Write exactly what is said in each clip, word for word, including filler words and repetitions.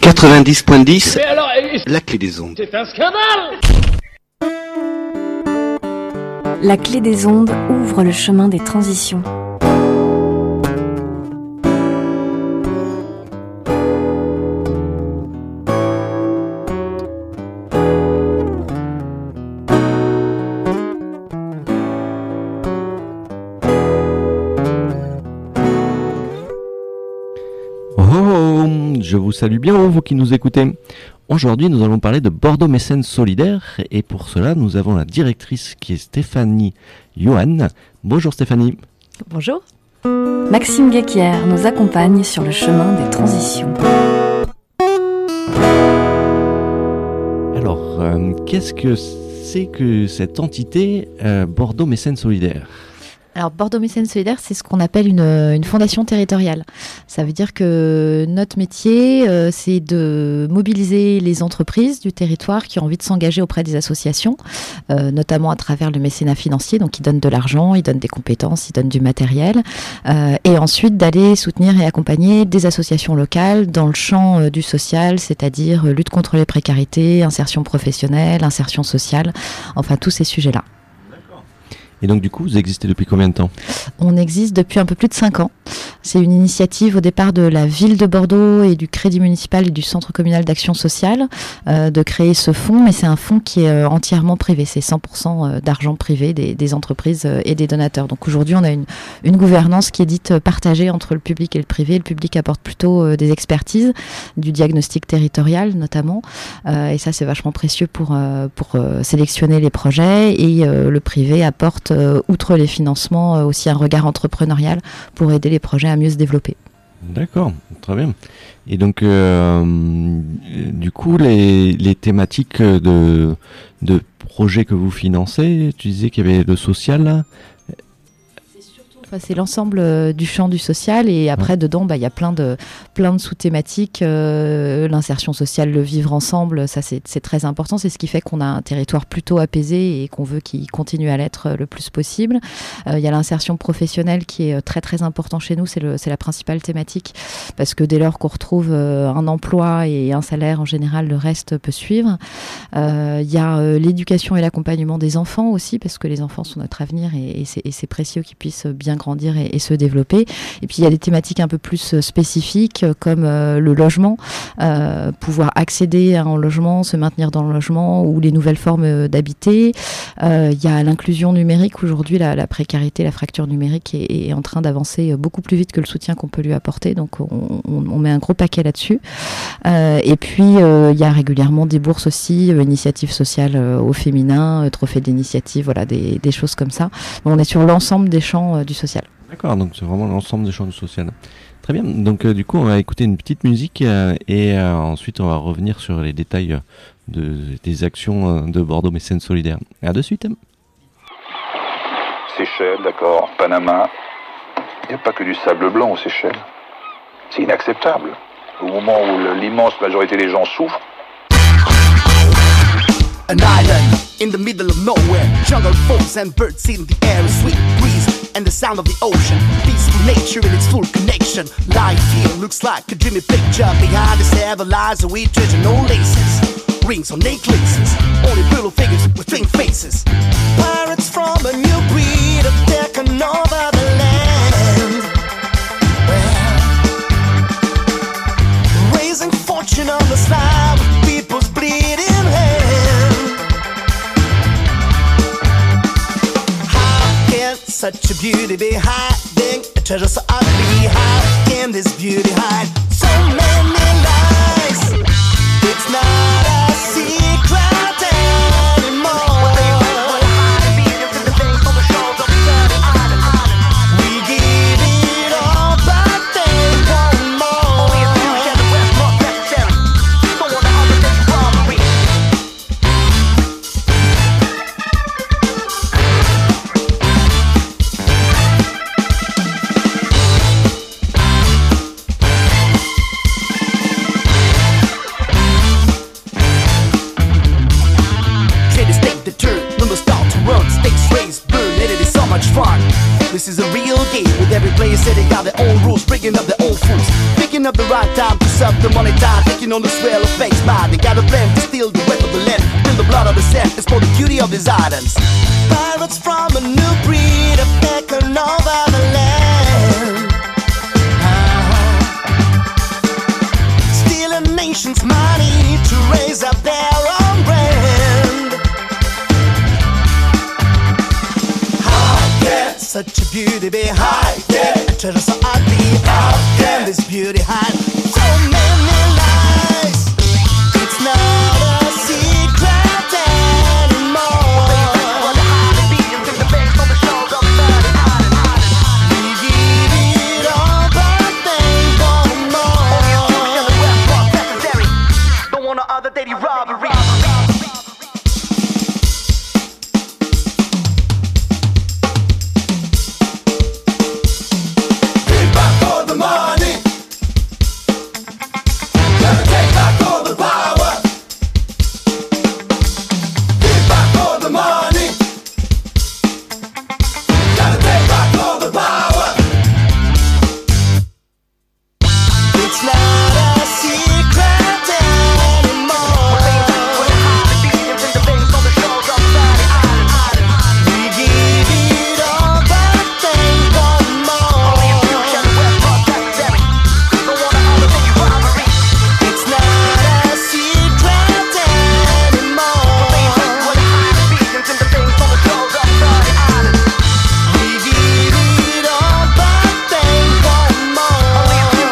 quatre-vingt-dix point dix, alors, la clé des ondes. C'est un scandale! La clé des ondes ouvre le chemin des transitions. Je vous salue bien, vous qui nous écoutez. Aujourd'hui, nous allons parler de Bordeaux Mécènes Solidaires et pour cela, nous avons la directrice qui est Stéphanie Johan. Bonjour Stéphanie. Bonjour. Maxime Guéquière nous accompagne sur le chemin des transitions. Alors, euh, qu'est-ce que c'est que cette entité euh, Bordeaux Mécènes Solidaires ? Alors, Bordeaux Mécènes Solidaires, c'est ce qu'on appelle une, une fondation territoriale. Ça veut dire que notre métier, euh, c'est de mobiliser les entreprises du territoire qui ont envie de s'engager auprès des associations, euh, notamment à travers le mécénat financier. Donc, ils donnent de l'argent, ils donnent des compétences, ils donnent du matériel. Euh, et ensuite, d'aller soutenir et accompagner des associations locales dans le champ euh, du social, c'est-à-dire euh, lutte contre les précarités, insertion professionnelle, insertion sociale, enfin, tous ces sujets-là. Et donc du coup, vous existez depuis combien de temps ? On existe depuis un peu plus de cinq ans. C'est une initiative au départ de la ville de Bordeaux et du Crédit municipal et du Centre communal d'action sociale euh, de créer ce fonds, mais c'est un fonds qui est euh, entièrement privé. C'est cent pour cent d'argent privé des, des entreprises euh, et des donateurs. Donc aujourd'hui, on a une, une gouvernance qui est dite partagée entre le public et le privé. Le public apporte plutôt euh, des expertises, du diagnostic territorial notamment, euh, et ça c'est vachement précieux pour, euh, pour euh, sélectionner les projets, et euh, le privé apporte Euh, outre les financements, euh, aussi un regard entrepreneurial pour aider les projets à mieux se développer. D'accord, très bien. Et donc, euh, du coup, les, les thématiques de, de projets que vous financez, tu disais qu'il y avait le social là. Enfin, c'est l'ensemble euh, du champ du social, et après ouais. dedans bah, y a plein de, plein de sous-thématiques, euh, l'insertion sociale, le vivre ensemble, ça c'est, c'est très important, c'est ce qui fait qu'on a un territoire plutôt apaisé et qu'on veut qu'il continue à l'être le plus possible. Il euh, y a l'insertion professionnelle qui est très très important chez nous, c'est, le, c'est la principale thématique, parce que dès lors qu'on retrouve euh, un emploi et un salaire en général, le reste peut suivre. Il euh, y a euh, l'éducation et l'accompagnement des enfants aussi, parce que les enfants sont notre avenir, et, et, c'est, et c'est précieux qu'ils puissent bien grandir et, et se développer. Et puis il y a des thématiques un peu plus spécifiques comme euh, le logement, euh, pouvoir accéder à un logement, se maintenir dans le logement, ou les nouvelles formes d'habiter. Euh, il y a l'inclusion numérique. Aujourd'hui, la, la précarité, la fracture numérique est, est en train d'avancer beaucoup plus vite que le soutien qu'on peut lui apporter. Donc on, on, on met un gros paquet là-dessus. Euh, et puis euh, il y a régulièrement des bourses aussi, euh, initiatives sociales euh, au féminin, euh, trophées d'initiative, voilà, des, des choses comme ça. On est sur l'ensemble des champs euh, du social. D'accord, donc c'est vraiment l'ensemble des champs du social. Très bien, donc euh, du coup on va écouter une petite musique euh, et euh, ensuite on va revenir sur les détails de, des actions euh, de Bordeaux Mécènes Solidaires. À de suite. Seychelles, d'accord, Panama. Il n'y a pas que du sable blanc aux Seychelles. C'est inacceptable. Au moment où l'immense majorité des gens souffrent. An island in the middle of nowhere. Jungle folks and birds in the air. A sweet breeze and the sound of the ocean. Peaceful nature in its full connection. Life here looks like a dreamy picture. Behind the seven lies we treasure no laces. Rings on necklaces. Only brutal figures with twin faces. Pirates from a new breed have taken over the land. Well, raising fortune on the slab with people's bleeding hands. Such a beauty be hiding, a treasure so ugly. How can this beauty hide so many lies? It's not a secret anymore. We give it all, but they want more. This is a real game with every player setting out their own rules, breaking up their own fools, picking up the right time to Use up the money time, taking on the swell of fake smile. They got a plan to steal the wealth of the land, build the blood of the sand, explore the beauty of these islands. Pirates from a new breed have taken over the land. Nation's money to raise up their own brand. How can such a beauty be hiding? A treasure so ugly, how can this beauty hide so many lies? It's not a secret anymore. We give it all, but they want more. On other daily robbery. Take back all the money. Gotta take back all the power. Take back all the money. Gotta take back all the power. It's not a secret anymore. We give it all, but they want more. It's not a secret anymore. We give it all, but they want more.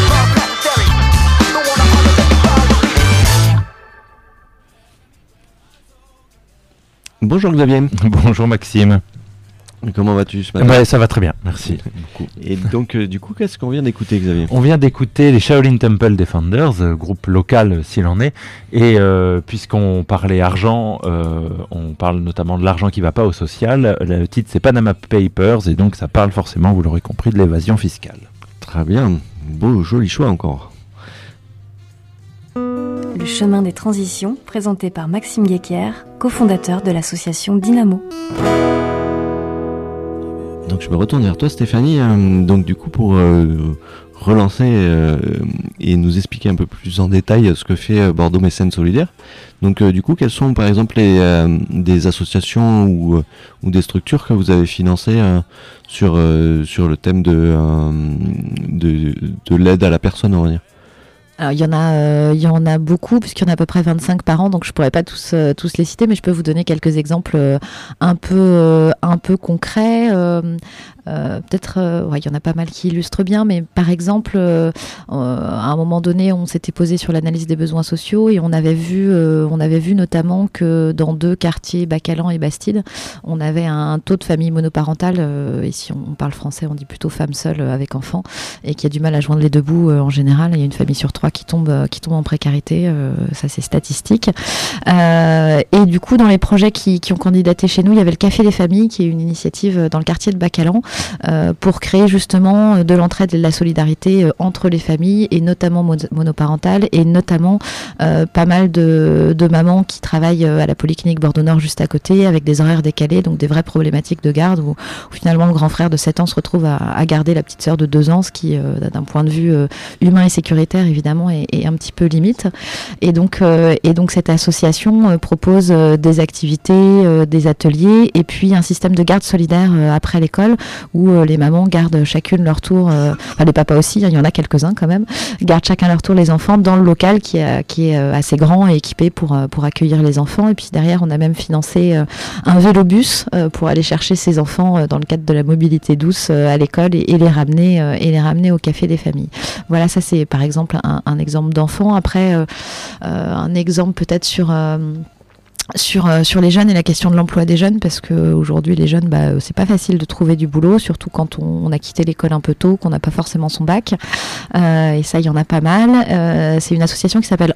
Bonjour Xavier. Bonjour Maxime. Comment vas-tu ce matin? Ouais, ça va très bien, merci. Et donc, euh, du coup, qu'est-ce qu'on vient d'écouter, Xavier? On vient d'écouter les Shaolin Temple Defenders, euh, groupe local euh, s'il en est. Et euh, puisqu'on parlait argent, euh, on parle notamment de l'argent qui ne va pas au social. Le titre c'est Panama Papers et donc ça parle forcément, vous l'aurez compris, de l'évasion fiscale. Très bien, beau, joli choix encore. Le chemin des transitions, présenté par Maxime Guéquière, cofondateur de l'association Dynamo. Donc je me retourne vers toi Stéphanie, euh, donc du coup pour euh, relancer euh, et nous expliquer un peu plus en détail ce que fait euh, Bordeaux Mécènes Solidaires. Donc euh, du coup quelles sont par exemple les, euh, des associations ou, euh, ou des structures que vous avez financées euh, sur, euh, sur le thème de, euh, de, de l'aide à la personne, on va dire? Alors, il y en a, euh, il y en a beaucoup, puisqu'il y en a à peu près vingt-cinq par an, donc je pourrais pas tous, euh, tous les citer, mais je peux vous donner quelques exemples euh, un peu, euh, un peu concrets. Euh, euh, peut-être, euh, ouais, il y en a pas mal qui illustrent bien, mais par exemple, euh, euh, à un moment donné, on s'était posé sur l'analyse des besoins sociaux et on avait vu, euh, on avait vu notamment que dans deux quartiers, Bacalan et Bastide, on avait un taux de famille monoparentale, euh, et si on parle français, on dit plutôt femme seule euh, avec enfants, et qui a du mal à joindre les deux bouts euh, en général. Il y a une famille sur trois qui tombe, euh, qui tombe en précarité, euh, ça c'est statistique. Euh, et du coup, dans les projets qui, qui ont candidaté chez nous, il y avait le Café des Familles, qui est une initiative dans le quartier de Bacalan, euh, pour créer justement de l'entraide et de la solidarité euh, entre les familles, et notamment mo- monoparentales, et notamment euh, pas mal de, de mamans qui travaillent à la Polyclinique Bordeaux-Nord juste à côté, avec des horaires décalés, donc des vraies problématiques de garde, où, où finalement le grand frère de sept ans se retrouve à, à garder la petite sœur de deux ans, ce qui, euh, d'un point de vue euh, humain et sécuritaire, évidemment, est, est un petit peu limite. Et donc, euh, et donc cette association euh, propose euh, des activités, euh, des ateliers, et puis un système de garde solidaire euh, après l'école, où euh, les mamans gardent chacune leur tour, euh, enfin les papas aussi, hein, il y en a quelques-uns quand même, gardent chacun leur tour les enfants dans le local qui, a, qui est euh, assez grand et équipé pour, euh, pour accueillir les enfants. Et puis derrière, on a même financé euh, un vélobus euh, pour aller chercher ces enfants euh, dans le cadre de la mobilité douce euh, à l'école, et, et les ramener euh, et les ramener au Café des Familles. Voilà, ça c'est par exemple un, un exemple d'enfant. Après, euh, euh, un exemple peut-être sur... Euh, Sur, euh, sur les jeunes et la question de l'emploi des jeunes, parce qu'aujourd'hui les jeunes, bah, c'est pas facile de trouver du boulot, surtout quand on, on a quitté l'école un peu tôt, qu'on n'a pas forcément son bac, euh, et ça il y en a pas mal. Euh, c'est une association qui s'appelle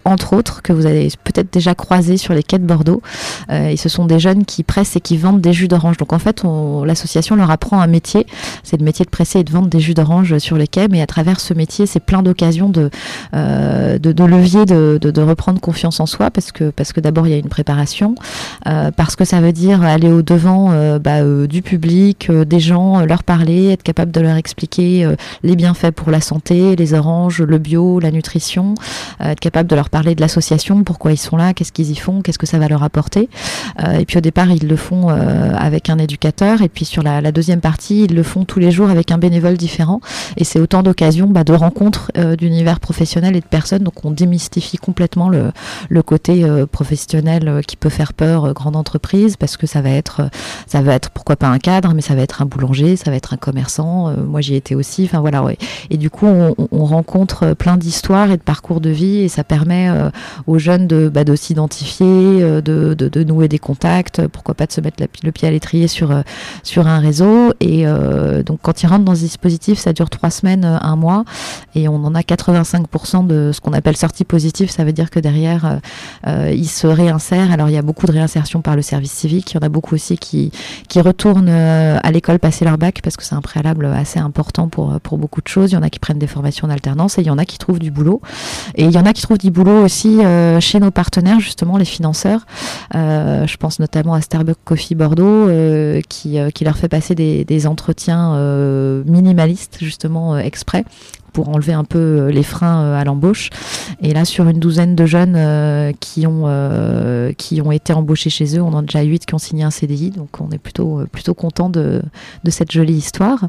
entre autres, que vous avez peut-être déjà croisés sur les quais de Bordeaux. Euh, et ce sont des jeunes qui pressent et qui vendent des jus d'orange. Donc en fait, on, l'association leur apprend un métier, c'est le métier de presser et de vendre des jus d'orange sur les quais, mais à travers ce métier, c'est plein d'occasions de, euh, de, de levier de, de, de reprendre confiance en soi, parce que, parce que d'abord, il y a une préparation, euh, parce que ça veut dire aller au-devant euh, bah, euh, du public, euh, des gens, euh, leur parler, être capable de leur expliquer euh, les bienfaits pour la santé, les oranges, le bio, la nutrition, euh, être capable de leur parler de l'association, pourquoi ils sont là, qu'est-ce qu'ils y font, qu'est-ce que ça va leur apporter. Euh, et puis au départ, ils le font euh, avec un éducateur, et puis sur la, la deuxième partie, ils le font tous les jours avec un bénévole différent. Et c'est autant d'occasions bah, de rencontres euh, d'univers professionnels et de personnes. Donc on démystifie complètement le, le côté euh, professionnel euh, qui peut faire peur, euh, grande entreprise, parce que ça va être, euh, ça va être pourquoi pas un cadre, mais ça va être un boulanger, ça va être un commerçant. Euh, moi j'y étais aussi. Enfin voilà. Ouais. Et du coup on, on rencontre plein d'histoires et de parcours de vie, et ça permet euh, aux jeunes de, bah, de s'identifier, euh, de, de, de nouer des contacts, pourquoi pas de se mettre la, le pied à l'étrier sur euh, sur un réseau. Et euh, donc quand ils rentrent dans ce dispositif, ça dure trois semaines, un mois, et on en a quatre-vingt-cinq pour cent de ce qu'on appelle sortie positive. Ça veut dire que derrière euh, euh, ils se réinsèrent. Alors il y a beaucoup de réinsertion par le service civique, il y en a beaucoup aussi qui qui retournent euh, à l'école passer leur bac, parce que c'est un préalable assez important pour pour beaucoup de choses. Il y en a qui prennent des formations d'alternance, et il y en a qui trouvent du boulot, et il y en a qui trouvent du boulot aussi euh, chez nos partenaires, justement les financeurs. Euh, je pense notamment à Starbucks Coffee Bordeaux euh, qui euh, qui leur fait passer des des entretiens euh, minimalistes, justement euh, exprès, pour enlever un peu les freins à l'embauche. Et là, sur une douzaine de jeunes euh, qui ont euh, qui ont été embauchés chez eux, on en a déjà huit qui ont signé un C D I, donc on est plutôt plutôt content de de cette jolie histoire.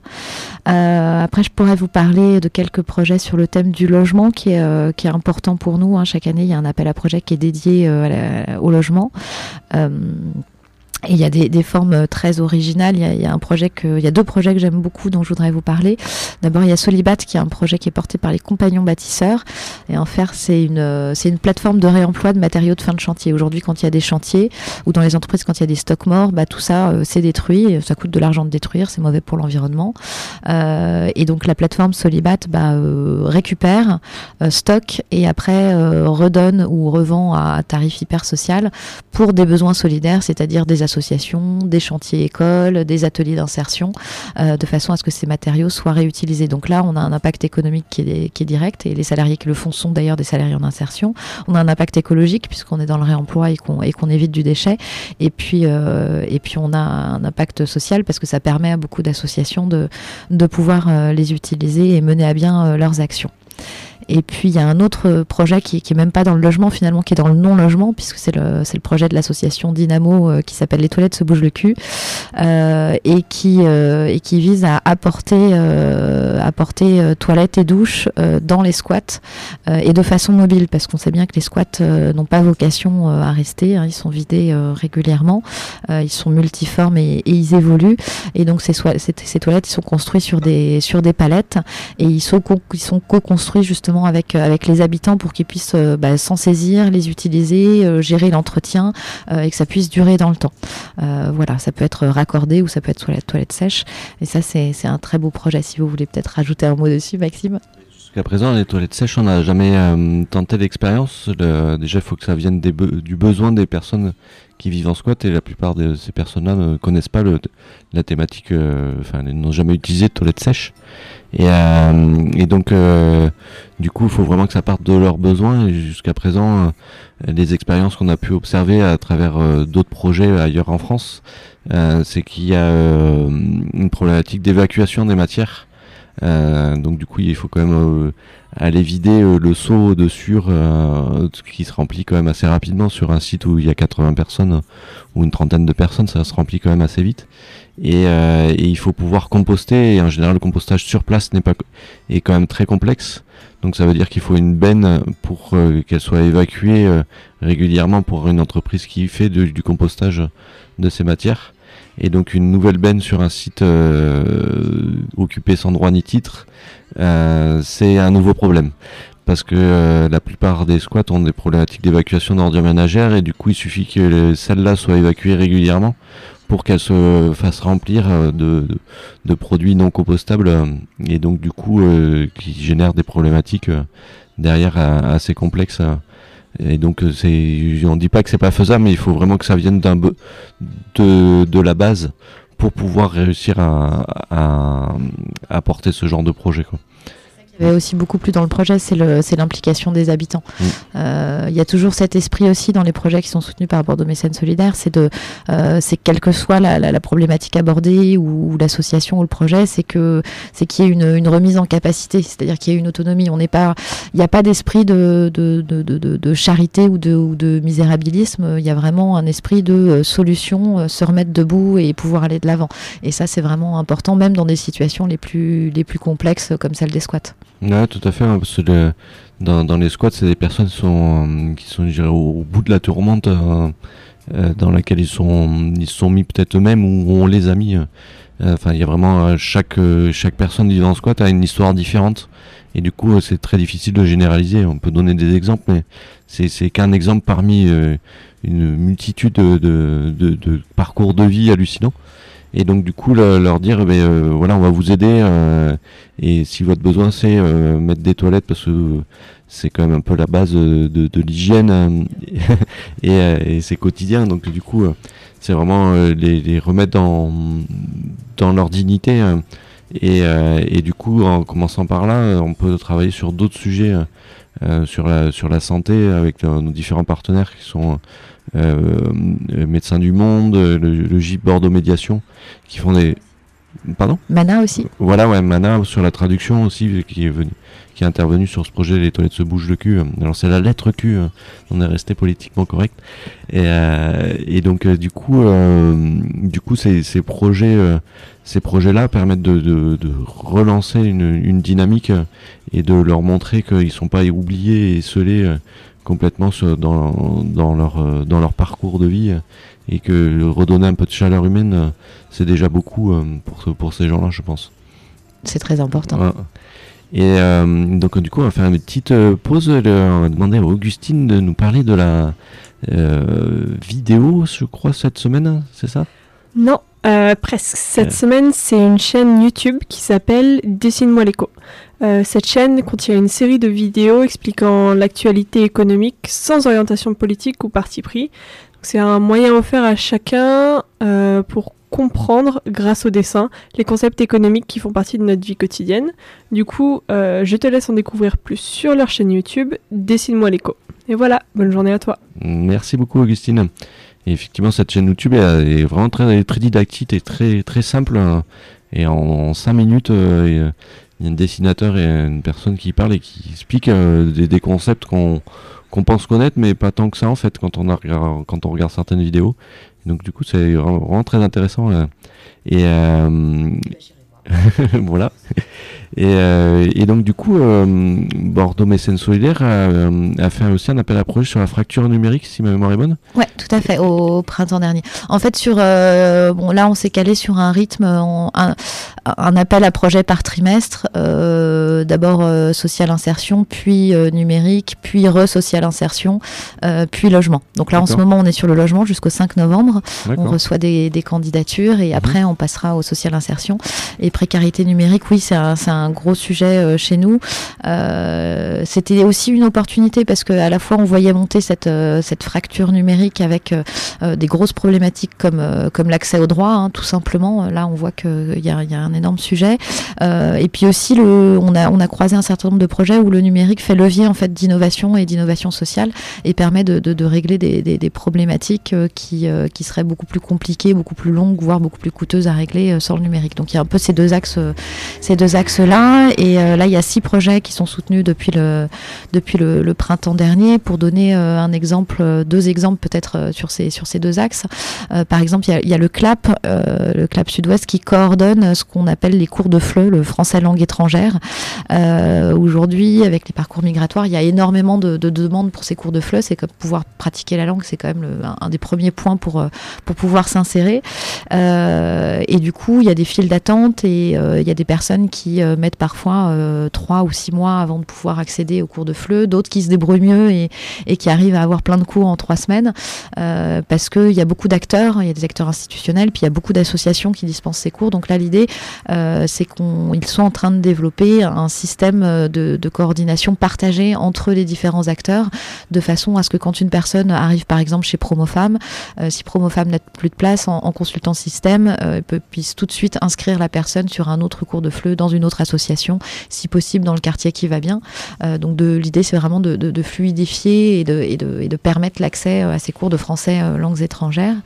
Euh, après, je pourrais vous parler de quelques projets sur le thème du logement qui est euh, qui est important pour nous. Hein. Chaque année, il y a un appel à projet qui est dédié euh, à la, au logement. Euh, Et il y a des, des formes très originales. Il y a, il y a un projet que, il y a deux projets que j'aime beaucoup dont je voudrais vous parler. D'abord, il y a Solibat qui est un projet qui est porté par les compagnons bâtisseurs. Et en fait, c'est une, c'est une plateforme de réemploi de matériaux de fin de chantier. Aujourd'hui, quand il y a des chantiers ou dans les entreprises, quand il y a des stocks morts, bah, tout ça, euh, c'est détruit. Ça coûte de l'argent de détruire. C'est mauvais pour l'environnement. Euh, et donc, la plateforme Solibat, bah, euh, récupère, euh, stocke et après, euh, redonne ou revend à tarif hyper social pour des besoins solidaires, c'est-à-dire des associations, des chantiers écoles, des ateliers d'insertion, euh, de façon à ce que ces matériaux soient réutilisés. Donc là, on a un impact économique qui est, qui est direct, et les salariés qui le font sont d'ailleurs des salariés en insertion. On a un impact écologique puisqu'on est dans le réemploi et qu'on, et qu'on évite du déchet. Et puis, euh, et puis on a un impact social parce que ça permet à beaucoup d'associations de, de pouvoir euh, les utiliser et mener à bien euh, leurs actions. Et puis il y a un autre projet qui, qui est même pas dans le logement finalement, qui est dans le non-logement, puisque c'est le, c'est le projet de l'association Dynamo euh, qui s'appelle Les Toilettes se bougent le cul, euh, et qui euh, et qui vise à apporter euh, apporter euh, toilettes et douches euh, dans les squats euh, et de façon mobile, parce qu'on sait bien que les squats euh, n'ont pas vocation euh, à rester, hein, ils sont vidés euh, régulièrement, euh, ils sont multiformes et, et ils évoluent, et donc ces, so- ces, ces toilettes ils sont construits sur des sur des palettes, et ils sont co- ils sont co-construits justement avec avec les habitants pour qu'ils puissent euh, bah, s'en saisir, les utiliser, euh, gérer l'entretien euh, et que ça puisse durer dans le temps. Euh, voilà, ça peut être raccordé ou ça peut être toilette, toilette sèche. Et ça, c'est c'est un très beau projet. Si vous voulez peut-être rajouter un mot dessus, Maxime. Jusqu'à présent, les toilettes sèches, on n'a jamais euh, tenté l'expérience. Le, déjà, il faut que ça vienne des be- du besoin des personnes qui vivent en squat, et la plupart de ces personnes-là ne connaissent pas le, la thématique, enfin, euh, n'ont jamais utilisé de toilettes sèches. Et, euh, et donc, euh, du coup, il faut vraiment que ça parte de leurs besoins. Et jusqu'à présent, euh, les expériences qu'on a pu observer à travers euh, d'autres projets ailleurs en France, euh, c'est qu'il y a euh, une problématique d'évacuation des matières. Euh, donc du coup il faut quand même euh, aller vider euh, le seau de sur euh, qui se remplit quand même assez rapidement sur un site où il y a quatre-vingts personnes euh, ou une trentaine de personnes, ça se remplit quand même assez vite, et, euh, et il faut pouvoir composter, et en général le compostage sur place n'est pas est quand même très complexe, donc ça veut dire qu'il faut une benne pour euh, qu'elle soit évacuée euh, régulièrement pour une entreprise qui fait de, du compostage de ces matières. Et donc une nouvelle benne sur un site euh, occupé sans droit ni titre, euh, c'est un nouveau problème. Parce que euh, la plupart des squats ont des problématiques d'évacuation d'ordures ménagères, et du coup il suffit que celles-là soient évacuées régulièrement pour qu'elles se fassent remplir de, de, de produits non compostables, et donc du coup euh, qui génèrent des problématiques euh, derrière euh, assez complexes. Euh, Et donc c'est, on dit pas que c'est pas faisable, mais il faut vraiment que ça vienne d'un be- de de la base pour pouvoir réussir à, à, à porter ce genre de projet, quoi. Il y avait aussi beaucoup plus dans le projet, c'est, le, c'est l'implication des habitants. Il mmh. euh, y a toujours cet esprit aussi dans les projets qui sont soutenus par Bordeaux Mécènes Solidaires, c'est de, euh, c'est quelle que soit la, la, la problématique abordée ou, ou l'association ou le projet, c'est que c'est qu'il y ait une, une remise en capacité, c'est-à-dire qu'il y ait une autonomie. On n'est pas, il n'y a pas d'esprit de, de, de, de, de, de charité ou de, ou de misérabilisme. Il y a vraiment un esprit de euh, solution, euh, se remettre debout et pouvoir aller de l'avant. Et ça, c'est vraiment important, même dans des situations les plus, les plus complexes comme celle des squats. Ouais, tout à fait, hein, parce que le, dans, dans les squats, c'est des personnes qui sont, euh, qui sont je dirais, au, au bout de la tourmente euh, euh, dans laquelle ils sont, ils se sont mis peut-être eux-mêmes ou on les a mis. Enfin, euh, il y a vraiment euh, chaque euh, chaque personne vivant en squat a une histoire différente et du coup, euh, c'est très difficile de généraliser. On peut donner des exemples, mais c'est c'est qu'un exemple parmi euh, une multitude de, de, de, de parcours de vie hallucinants. Et donc du coup le, leur dire eh ben, euh, voilà, on va vous aider euh, et si votre besoin c'est euh, mettre des toilettes parce que euh, c'est quand même un peu la base de, de, de l'hygiène euh, et, euh, et c'est quotidien, donc du coup euh, c'est vraiment euh, les, les remettre dans dans leur dignité euh, et, euh, et du coup en commençant par là on peut travailler sur d'autres sujets euh, sur la sur la santé avec euh, nos différents partenaires qui sont Euh, Médecins du Monde, le, le G I P Bordeaux Médiation, qui font des... Pardon ? Mana aussi. Voilà, ouais, Mana sur la traduction aussi, qui est venu, qui est intervenu sur ce projet Les toilettes se bougent le cul. Alors c'est la lettre Q, on est resté politiquement correct. Et, euh, et donc euh, du coup, euh, du coup, ces, ces projets, euh, ces projets-là permettent de, de, de relancer une, une dynamique et de leur montrer qu'ils sont pas oubliés et scellés euh, complètement dans, dans, leur, dans leur parcours de vie et que redonner un peu de chaleur humaine, c'est déjà beaucoup pour, pour ces gens-là, je pense. C'est très important. Ouais. Et euh, donc du coup, on va faire une petite pause. On va demander à Augustine de nous parler de la euh, vidéo, je crois, cette semaine, c'est ça ? Non, euh, presque. Cette euh. semaine, c'est une chaîne YouTube qui s'appelle Dessine-moi l'écho. Euh, cette chaîne contient une série de vidéos expliquant l'actualité économique sans orientation politique ou parti pris. Donc, c'est un moyen offert à chacun euh, pour comprendre, grâce au dessin, les concepts économiques qui font partie de notre vie quotidienne. Du coup, euh, je te laisse en découvrir plus sur leur chaîne YouTube, Dessine-moi l'écho. Et voilà, bonne journée à toi. Merci beaucoup Augustine. Et effectivement, cette chaîne YouTube est vraiment très, très didactique et très, très simple. Et en cinq minutes, euh, il y a un dessinateur et une personne qui parle et qui explique euh, des, des concepts qu'on, qu'on pense connaître, mais pas tant que ça en fait quand on, a, quand on regarde certaines vidéos. Donc du coup, c'est vraiment, vraiment très intéressant. Là. Et euh, voilà. Et, euh, et donc du coup, euh, Bordeaux Mécènes Solidaires a, a fait aussi un appel à projet sur la fracture numérique, si ma mémoire est bonne. Ouais, tout à fait, au printemps dernier. En fait, sur euh, bon, là, on s'est calé sur un rythme, on, un, un appel à projet par trimestre. Euh, d'abord euh, social insertion, puis euh, numérique, puis re-social insertion, euh, puis logement. Donc là, D'accord. en ce moment, on est sur le logement jusqu'au cinq novembre. D'accord. On reçoit des, des candidatures et mmh. après, on passera au social insertion. Et précarité numérique, oui, c'est un, c'est un un gros sujet euh, chez nous. Euh, c'était aussi une opportunité parce qu'à la fois on voyait monter cette, euh, cette fracture numérique avec euh, des grosses problématiques comme, euh, comme l'accès au droit, hein, tout simplement. Là, on voit qu'il y a, y a un énorme sujet. Euh, et puis aussi, le, on, a, on a croisé un certain nombre de projets où le numérique fait levier en fait, d'innovation et d'innovation sociale et permet de, de, de régler des, des, des problématiques qui, euh, qui seraient beaucoup plus compliquées, beaucoup plus longues, voire beaucoup plus coûteuses à régler euh, sans le numérique. Donc il y a un peu ces deux axes, euh, ces deux axes-là. Et euh, là, il y a six projets qui sont soutenus depuis le, depuis le, le printemps dernier. Pour donner euh, un exemple, deux exemples peut-être euh, sur, ces, sur ces deux axes. Euh, par exemple, il y a, il y a le C L A P, euh, le C L A P Sud-Ouest, qui coordonne ce qu'on appelle les cours de F L E, le français langue étrangère. Euh, aujourd'hui, avec les parcours migratoires, il y a énormément de, de demandes pour ces cours de F L E. C'est comme pouvoir pratiquer la langue, c'est quand même le, un, un des premiers points pour, pour pouvoir s'insérer. Euh, et du coup, il y a des files d'attente et et il euh, y a des personnes qui euh, mettent parfois euh, trois ou six mois avant de pouvoir accéder aux cours de F L E, d'autres qui se débrouillent mieux et, et qui arrivent à avoir plein de cours en trois semaines euh, parce qu'il y a beaucoup d'acteurs, il y a des acteurs institutionnels, puis il y a beaucoup d'associations qui dispensent ces cours. Donc là, l'idée, euh, c'est qu'ils sont en train de développer un système de, de coordination partagée entre les différents acteurs, de façon à ce que quand une personne arrive par exemple chez Promofam, euh, si Promofam n'a plus de place, en, en consultant le système, euh, peut, puisse tout de suite inscrire la personne sur un autre cours de F L E dans une autre association, si possible dans le quartier qui va bien. Euh, donc de, l'idée, c'est vraiment de, de, de fluidifier et de, et, de, et de permettre l'accès à ces cours de français euh, langues étrangères.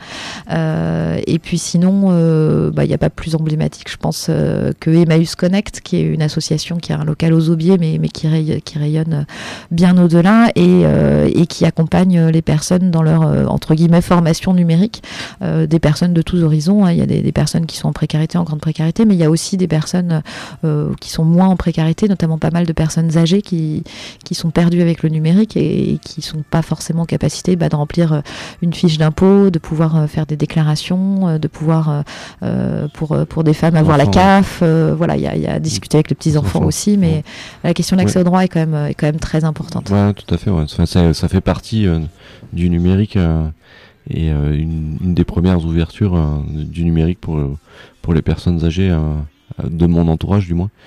Euh, et puis sinon, il euh, n'y bah, a pas plus emblématique, je pense, euh, que Emmaüs Connect, qui est une association qui a un local aux Aubiers, mais, mais qui, ray, qui rayonne bien au-delà et, euh, et qui accompagne les personnes dans leur, euh, entre guillemets, formation numérique. Euh, des personnes de tous horizons, hein. Il y a des, des personnes qui sont en précarité, en grande précarité, mais il y a aussi des personnes euh, qui sont moins en précarité, notamment pas mal de personnes âgées qui, qui sont perdues avec le numérique et, et qui sont pas forcément en capacité bah, de remplir une fiche d'impôt, de pouvoir euh, faire des déclarations, euh, de pouvoir, euh, pour, pour des femmes, avoir Enfant, la C A F. Euh, voilà, il y a, y a discuter avec les petits-enfants aussi, mais ouais. La question de l'accès ouais. au droit est quand, même, est quand même très importante. Ouais, tout à fait. Ouais. Enfin, ça, ça fait partie euh, du numérique euh, et euh, une, une des premières ouvertures euh, du numérique pour, euh, pour les personnes âgées, euh, de mon entourage du moins.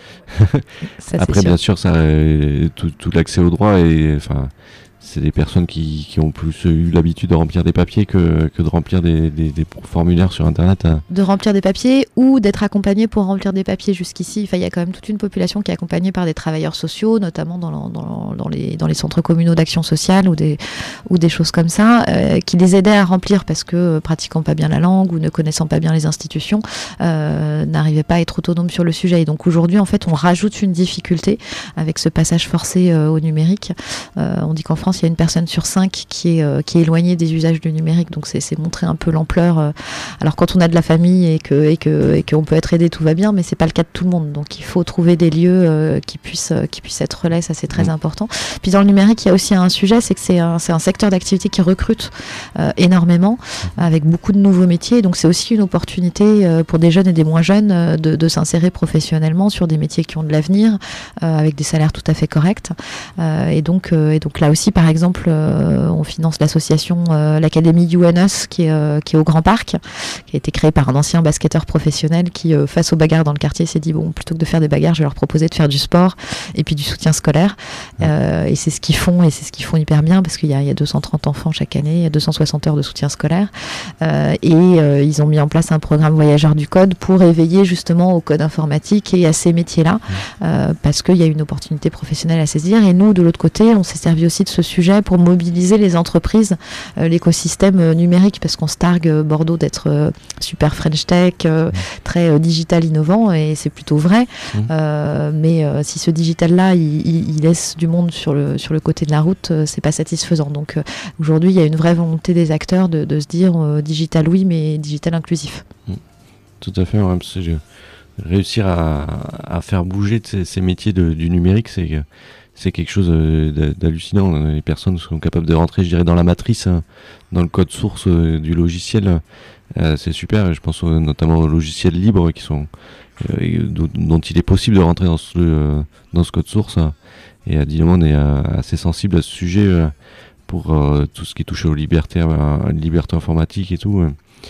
Ça, après, sûr. Bien sûr, ça, euh, tout, tout l'accès au droit et enfin. C'est des personnes qui, qui ont plus eu l'habitude de remplir des papiers que, que de remplir des, des, des formulaires sur Internet. De remplir des papiers ou d'être accompagné pour remplir des papiers jusqu'ici. Enfin, il y a quand même toute une population qui est accompagnée par des travailleurs sociaux, notamment dans, dans, dans, les, dans les centres communaux d'action sociale ou des, ou des choses comme ça, euh, qui les aidaient à remplir parce que euh, pratiquant pas bien la langue ou ne connaissant pas bien les institutions, euh, n'arrivaient pas à être autonomes sur le sujet. Et donc aujourd'hui, en fait, on rajoute une difficulté avec ce passage forcé euh, au numérique. Euh, on dit qu'en France, il y a une personne sur cinq qui est, euh, qui est éloignée des usages du numérique, donc c'est, c'est montrer un peu l'ampleur. Euh, alors quand on a de la famille et que et que et qu'on peut être aidé, tout va bien, mais c'est pas le cas de tout le monde. Donc il faut trouver des lieux euh, qui puissent euh, qui puissent être relais, ça c'est très mmh. important. Puis dans le numérique, il y a aussi un sujet, c'est que c'est un c'est un secteur d'activité qui recrute euh, énormément, avec beaucoup de nouveaux métiers. Donc c'est aussi une opportunité euh, pour des jeunes et des moins jeunes euh, de, de s'insérer professionnellement sur des métiers qui ont de l'avenir, euh, avec des salaires tout à fait corrects. Euh, et donc euh, et donc là aussi, par exemple, euh, on finance l'association euh, l'Académie U N S qui est, euh, qui est au Grand Parc, qui a été créée par un ancien basketteur professionnel qui, euh, face aux bagarres dans le quartier, s'est dit bon, plutôt que de faire des bagarres, je vais leur proposer de faire du sport et puis du soutien scolaire. Euh, et c'est ce qu'ils font, et c'est ce qu'ils font hyper bien, parce qu'il y a, il y a deux cent trente enfants chaque année, il y a deux cent soixante heures de soutien scolaire. Euh, et euh, ils ont mis en place un programme Voyageurs du Code pour éveiller justement au code informatique et à ces métiers-là, euh, parce qu'il y a une opportunité professionnelle à saisir. Et nous, de l'autre côté, on s'est servi aussi de ce sujet pour mobiliser les entreprises, euh, l'écosystème euh, numérique, parce qu'on se targue euh, Bordeaux d'être euh, super French Tech, euh, mmh. très euh, digital innovant, et c'est plutôt vrai. Mmh. Euh, mais euh, si ce digital-là, il, il, il laisse du monde sur le, sur le côté de la route, euh, c'est pas satisfaisant. Donc euh, aujourd'hui, il y a une vraie volonté des acteurs de, de se dire euh, digital oui, mais digital inclusif. Mmh. Tout à fait, ouais, parce que je, réussir à, à faire bouger ces, ces métiers de, du numérique, c'est que c'est quelque chose d'hallucinant. Les personnes sont capables de rentrer, je dirais, dans la matrice, dans le code source du logiciel. Euh, c'est super. Je pense notamment aux logiciels libres qui sont, euh, dont il est possible de rentrer dans ce, dans ce code source. Et à Dilemon, on est assez sensible à ce sujet pour euh, tout ce qui touche aux libertés, à la liberté informatique et tout.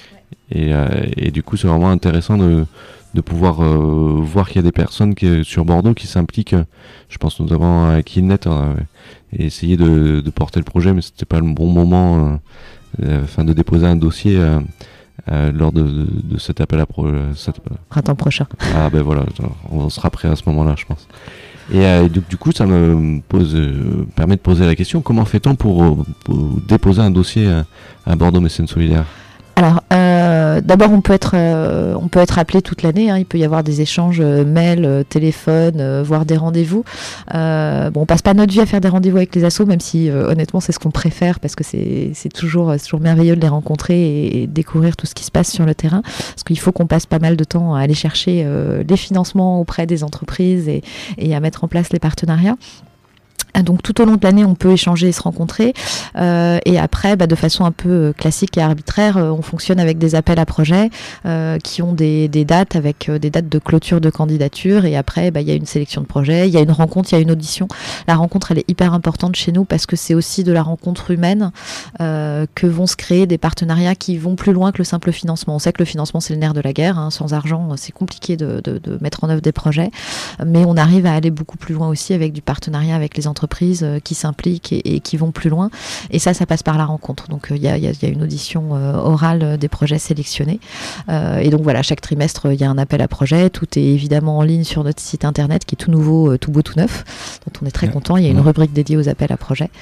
Et, euh, et du coup, c'est vraiment intéressant de de pouvoir euh, voir qu'il y a des personnes qui, sur Bordeaux qui s'impliquent. Je pense notamment à Killnet, euh, et essayer de, de porter le projet, mais c'était pas le bon moment euh, enfin, de déposer un dossier euh, euh, lors de, de, de cet appel à projet. Printemps prochain. Ah ben voilà, on sera prêt à ce moment-là, je pense. Et euh, du, du coup, ça me pose, euh, permet de poser la question, comment fait-on pour, pour déposer un dossier à, à Bordeaux Mécènes Solidaires ? Alors, euh, d'abord, on peut être, euh, on peut être appelé toute l'année. Hein. Il peut y avoir des échanges euh, mail, euh, téléphone, euh, voire des rendez-vous. Euh, bon, on passe pas notre vie à faire des rendez-vous avec les assos, même si euh, honnêtement, c'est ce qu'on préfère, parce que c'est, c'est toujours, c'est toujours merveilleux de les rencontrer et, et découvrir tout ce qui se passe sur le terrain. Parce qu'il faut qu'on passe pas mal de temps à aller chercher euh, les financements auprès des entreprises et, et à mettre en place les partenariats. Donc tout au long de l'année, on peut échanger et se rencontrer. Euh, et après, bah, de façon un peu classique et arbitraire, euh, on fonctionne avec des appels à projets euh, qui ont des, des dates avec euh, des dates de clôture de candidature. Et après, bah, il y a une sélection de projets, il y a une rencontre, il y a une audition. La rencontre, elle est hyper importante chez nous parce que c'est aussi de la rencontre humaine euh, que vont se créer des partenariats qui vont plus loin que le simple financement. On sait que le financement, c'est le nerf de la guerre. Hein. Sans argent, c'est compliqué de, de, de mettre en œuvre des projets. Mais on arrive à aller beaucoup plus loin aussi avec du partenariat avec les entreprises entreprises qui s'impliquent et, et qui vont plus loin. Et ça, ça passe par la rencontre. Donc, il euh, y, y, y a une audition euh, orale des projets sélectionnés. Euh, et donc, voilà, chaque trimestre, il y a un appel à projet. Tout est évidemment en ligne sur notre site internet qui est tout nouveau, euh, tout beau, tout neuf, dont on est très content. Il y a une rubrique dédiée aux appels à projets.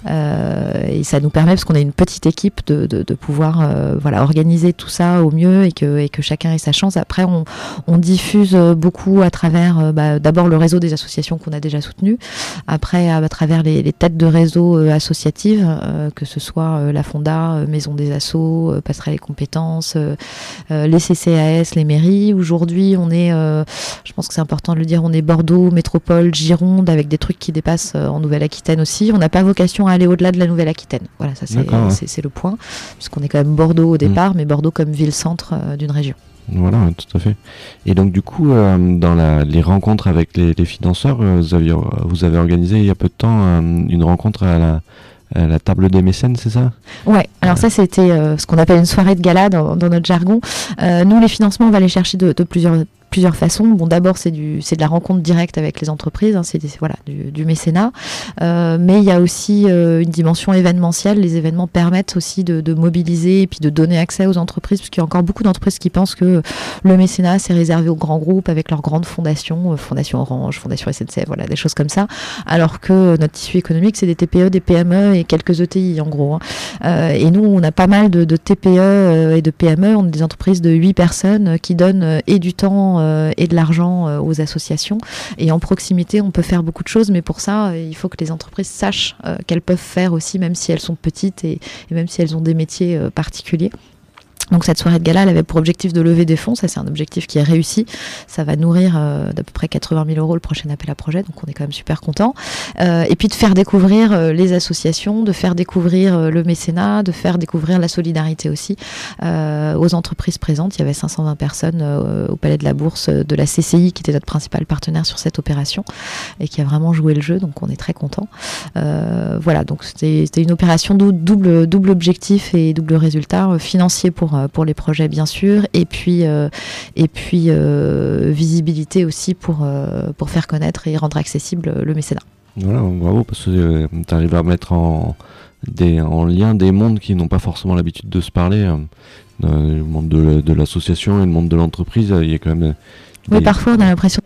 Euh, et ça nous permet, parce qu'on est une petite équipe, de, de, de pouvoir euh, voilà, organiser tout ça au mieux et que, et que chacun ait sa chance. Après, on, on diffuse beaucoup à travers euh, bah, d'abord le réseau des associations qu'on a déjà soutenues. Après, à travers les, les têtes de réseau euh, associatives, euh, que ce soit euh, la Fonda, euh, Maison des Assos, euh, Passerelle et Compétences, euh, euh, les C C A S, les mairies. Aujourd'hui, on est, euh, je pense que c'est important de le dire, on est Bordeaux, Métropole, Gironde, avec des trucs qui dépassent euh, en Nouvelle-Aquitaine aussi. On n'a pas vocation à aller au-delà de la Nouvelle-Aquitaine. Voilà, ça c'est, ouais. c'est, c'est le point, puisqu'on est quand même Bordeaux au départ, mmh. mais Bordeaux comme ville-centre euh, d'une région. Voilà, tout à fait. Et donc du coup, euh, dans la, les rencontres avec les, les financeurs, euh, vous, aviez, vous avez organisé il y a peu de temps euh, une rencontre à la, à la table des mécènes, c'est ça ? Ouais, alors ça c'était euh, ce qu'on appelle une soirée de gala dans, dans notre jargon. Euh, nous, les financements, on va les chercher de, de plusieurs plusieurs façons. Bon, d'abord, c'est du, c'est de la rencontre directe avec les entreprises, hein, c'est, c'est voilà, du, du mécénat. Euh, mais il y a aussi euh, une dimension événementielle. Les événements permettent aussi de, de mobiliser et puis de donner accès aux entreprises, parce qu'il y a encore beaucoup d'entreprises qui pensent que le mécénat, c'est réservé aux grands groupes avec leurs grandes fondations, euh, Fondation Orange, Fondation S N C F, voilà, des choses comme ça. Alors que notre tissu économique, c'est des T P E, des P M E et quelques E T I, en gros. Hein. Euh, et nous, on a pas mal de, de T P E euh, et de P M E. On a des entreprises de huit personnes euh, qui donnent euh, et du temps euh, et de l'argent euh, aux associations. Et en proximité, on peut faire beaucoup de choses, mais pour ça, euh, il faut que les entreprises sachent euh, qu'elles peuvent faire aussi, même si elles sont petites et, et même si elles ont des métiers euh, particuliers. Donc cette soirée de gala, elle avait pour objectif de lever des fonds. Ça, c'est un objectif qui est réussi. Ça va nourrir euh, d'à peu près quatre-vingt mille euros le prochain appel à projet. Donc on est quand même super content. Euh, et puis de faire découvrir euh, les associations, de faire découvrir euh, le mécénat, de faire découvrir la solidarité aussi euh, aux entreprises présentes. Il y avait cinq cent vingt personnes euh, au Palais de la Bourse de la C C I qui était notre principal partenaire sur cette opération et qui a vraiment joué le jeu. Donc on est très content. Euh, voilà, donc c'était, c'était une opération double, double objectif et double résultat euh, financier pour pour les projets bien sûr, et puis euh, et puis euh, visibilité aussi pour euh, pour faire connaître et rendre accessible le mécénat. Voilà, bravo, parce que euh, tu arrives à mettre en des en lien des mondes qui n'ont pas forcément l'habitude de se parler, euh, le monde de, de l'association et le monde de l'entreprise. Il y a quand même oui, des... parfois on a l'impression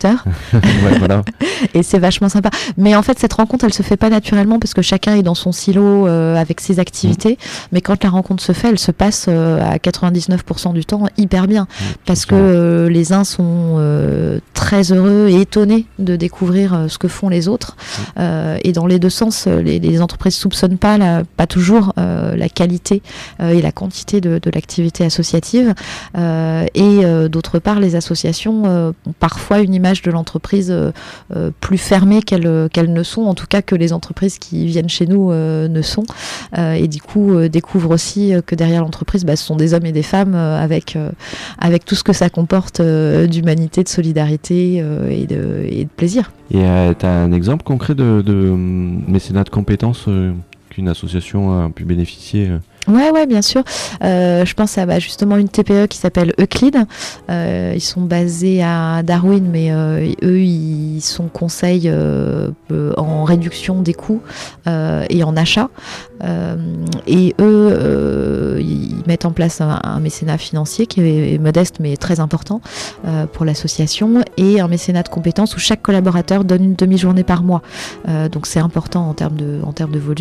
ouais, voilà. Et c'est vachement sympa. Mais en fait, cette rencontre, elle se fait pas naturellement parce que chacun est dans son silo euh, avec ses activités. Mmh. Mais quand la rencontre se fait, elle se passe euh, à quatre-vingt-dix-neuf pour cent du temps hyper bien. Mmh, parce que euh, les uns sont euh, très heureux et étonnés de découvrir euh, ce que font les autres. Mmh. Euh, et dans les deux sens, les, les entreprises soupçonnent pas, la, pas toujours euh, la qualité euh, et la quantité de, de l'activité associative. Euh, et euh, d'autre part, les associations euh, ont parfois une image de l'entreprise euh, euh, plus fermées qu'elles, qu'elles ne sont, en tout cas que les entreprises qui viennent chez nous euh, ne sont, euh, et du coup euh, découvrent aussi euh, que derrière l'entreprise, bah, ce sont des hommes et des femmes euh, avec, euh, avec tout ce que ça comporte euh, d'humanité, de solidarité euh, et, de, et de plaisir. Et euh, tu as un exemple concret de, de mécénat de compétences euh, qu'une association a pu bénéficier euh Ouais, ouais, bien sûr. Euh, je pense à bah, justement une T P E qui s'appelle Euclide. Euh, ils sont basés à Darwin, mais euh, eux, ils sont conseils euh, en réduction des coûts euh, et en achat. Euh, et eux, euh, ils mettent en place un, un mécénat financier qui est modeste mais très important euh, pour l'association, et un mécénat de compétences où chaque collaborateur donne une demi-journée par mois. Euh, donc c'est important en termes de, en termes de volume. Ils sont,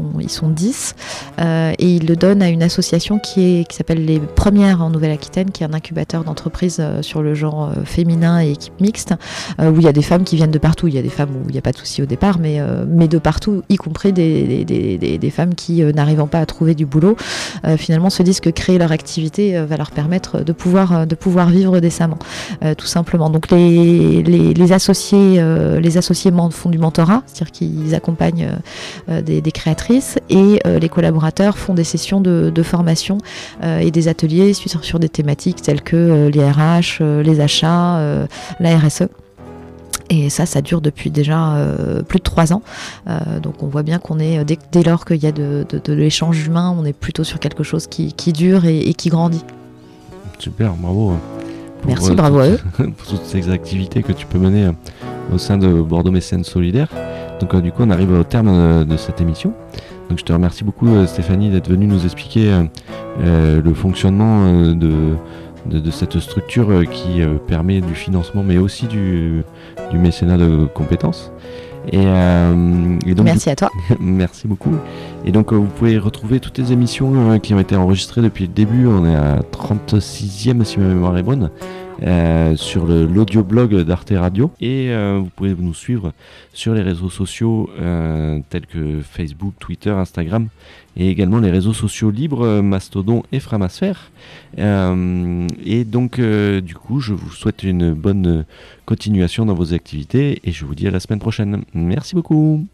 ils sont dix, euh, et ils le donnent à une association qui, est, qui s'appelle Les Premières en Nouvelle-Aquitaine, qui est un incubateur d'entreprises euh, sur le genre euh, féminin et équipe mixte, euh, où il y a des femmes qui viennent de partout. Il y a des femmes où il n'y a pas de souci au départ, mais, euh, mais de partout, y compris des, des, des, des femmes qui, euh, n'arrivant pas à trouver du boulot, euh, finalement se disent que créer leur activité euh, va leur permettre de pouvoir, de pouvoir vivre décemment, euh, tout simplement. Donc les, les, les associés, euh, les associés font du mentorat, c'est-à-dire qu'ils accompagnent euh, des, des créatrices, et euh, les collaborateurs font des sessions de, de formation euh, et des ateliers sur, sur des thématiques telles que euh, les R H, euh, les achats, euh, la R S E. Et ça, ça dure depuis déjà euh, plus de trois ans. Euh, donc on voit bien qu'on est, dès, dès lors qu'il y a de, de, de l'échange humain, on est plutôt sur quelque chose qui, qui dure et, et qui grandit. Super, bravo. Pour, Merci, euh, bravo à eux. Pour toutes ces activités que tu peux mener euh, au sein de Bordeaux Mécènes Solidaires. Donc euh, du coup, on arrive au terme euh, de cette émission. Donc je te remercie beaucoup, euh, Stéphanie, d'être venue nous expliquer euh, euh, le fonctionnement euh, de... De, de cette structure euh, qui euh, permet du financement, mais aussi du, du mécénat de compétences. Et, euh, et donc, merci à toi. Merci beaucoup. Et donc, euh, vous pouvez retrouver toutes les émissions euh, qui ont été enregistrées depuis le début. On est à trente-sixième, si ma mémoire est bonne, euh, sur le, l'audioblog d'Arte Radio. Et euh, vous pouvez nous suivre sur les réseaux sociaux euh, tels que Facebook, Twitter, Instagram, et également les réseaux sociaux libres, Mastodon et Framasphère. Euh, et donc, euh, du coup, je vous souhaite une bonne continuation dans vos activités et je vous dis à la semaine prochaine. Merci beaucoup.